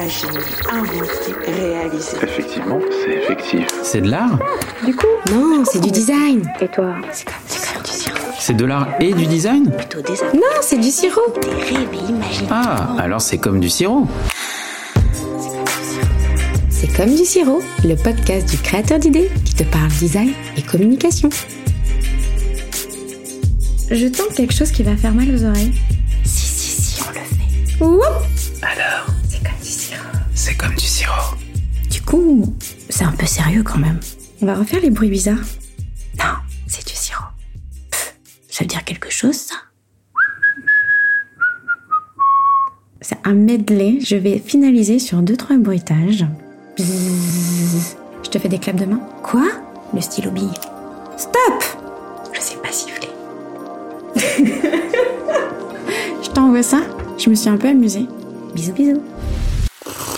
imaginer, inventer, réaliser. Effectivement, c'est effectif. C'est de l'art ? Du coup, Non, c'est du design. et toi? C'est comme du sirop. C'est de l'art et du design ? Plutôt des Non, c'est du sirop. des rêves et imaginer. Ah, alors c'est comme du sirop. C'est comme du sirop, le podcast du créateur d'idées qui te parle design et communication. Je tente quelque chose qui va faire mal aux oreilles. Si, on le fait. Ouh. Alors, C'est comme du sirop. c'est comme du sirop. Du coup, c'est un peu sérieux quand même. On va refaire les bruits bizarres. Non, c'est du sirop. Ça veut dire quelque chose, ça? C'est un medley. Je vais finaliser sur 2-3 bruitages. Bzzz. Je te fais des claps de main. Quoi? Le stylo bille. Stop! Je sais pas siffler. Je t'envoie ça. Je me suis un peu amusée. Bisous, bisous.